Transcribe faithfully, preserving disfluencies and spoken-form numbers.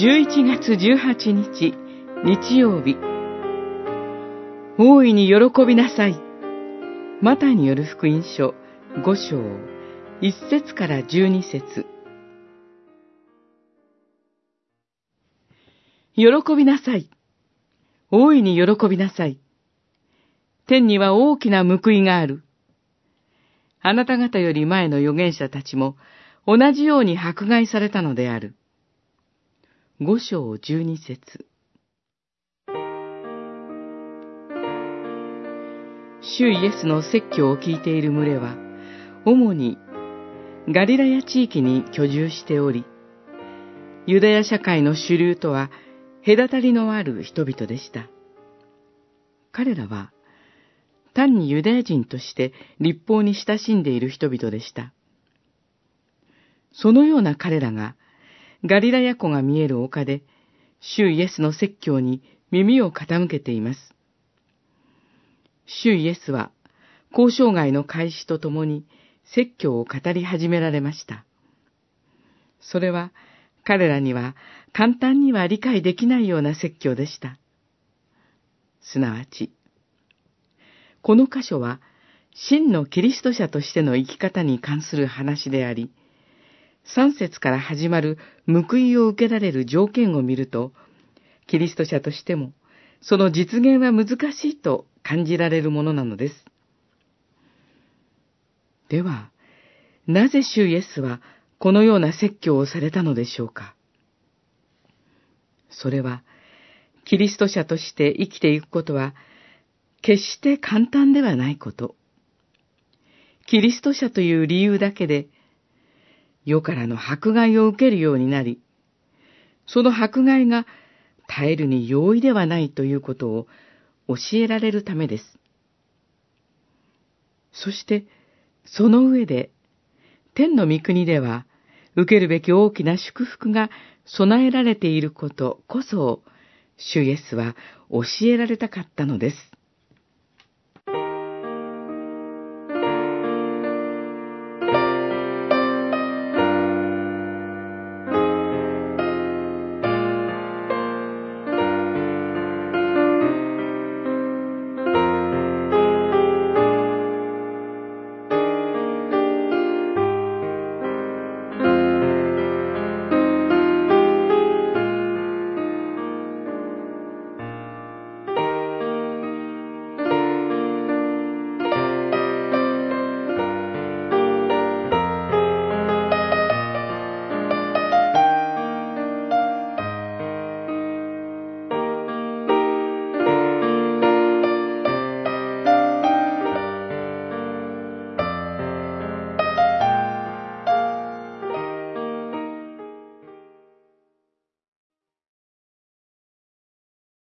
じゅういちがつじゅうはちにち、日曜日。大いに喜びなさい。マタイによる福音書ごしょう、いっせつからじゅうにせつ。喜びなさい。大いに喜びなさい。天には大きな報いがある。あなた方より前の預言者たちも同じように迫害されたのである。ごしょうじゅうにせつ。主イエスの説教を聞いている群れは、主にガリラヤ地域に居住しており、ユダヤ社会の主流とは隔たりのある人々でした。彼らは、単にユダヤ人として律法に親しんでいる人々でした。そのような彼らが、ガリラヤ湖が見える丘で、主イエスの説教に耳を傾けています。主イエスは、交渉外の開始とともに説教を語り始められました。それは、彼らには簡単には理解できないような説教でした。すなわち、この箇所は、真のキリスト者としての生き方に関する話であり、三節から始まる報いを受けられる条件を見ると、キリスト者としても、その実現は難しいと感じられるものなのです。では、なぜ主イエスはこのような説教をされたのでしょうか。それは、キリスト者として生きていくことは、決して簡単ではないこと。キリスト者という理由だけで、世からの迫害を受けるようになり、その迫害が耐えるに容易ではないということを教えられるためです。そして、その上で、天の御国では、受けるべき大きな祝福が備えられていることこそ、主イエスは教えられたかったのです。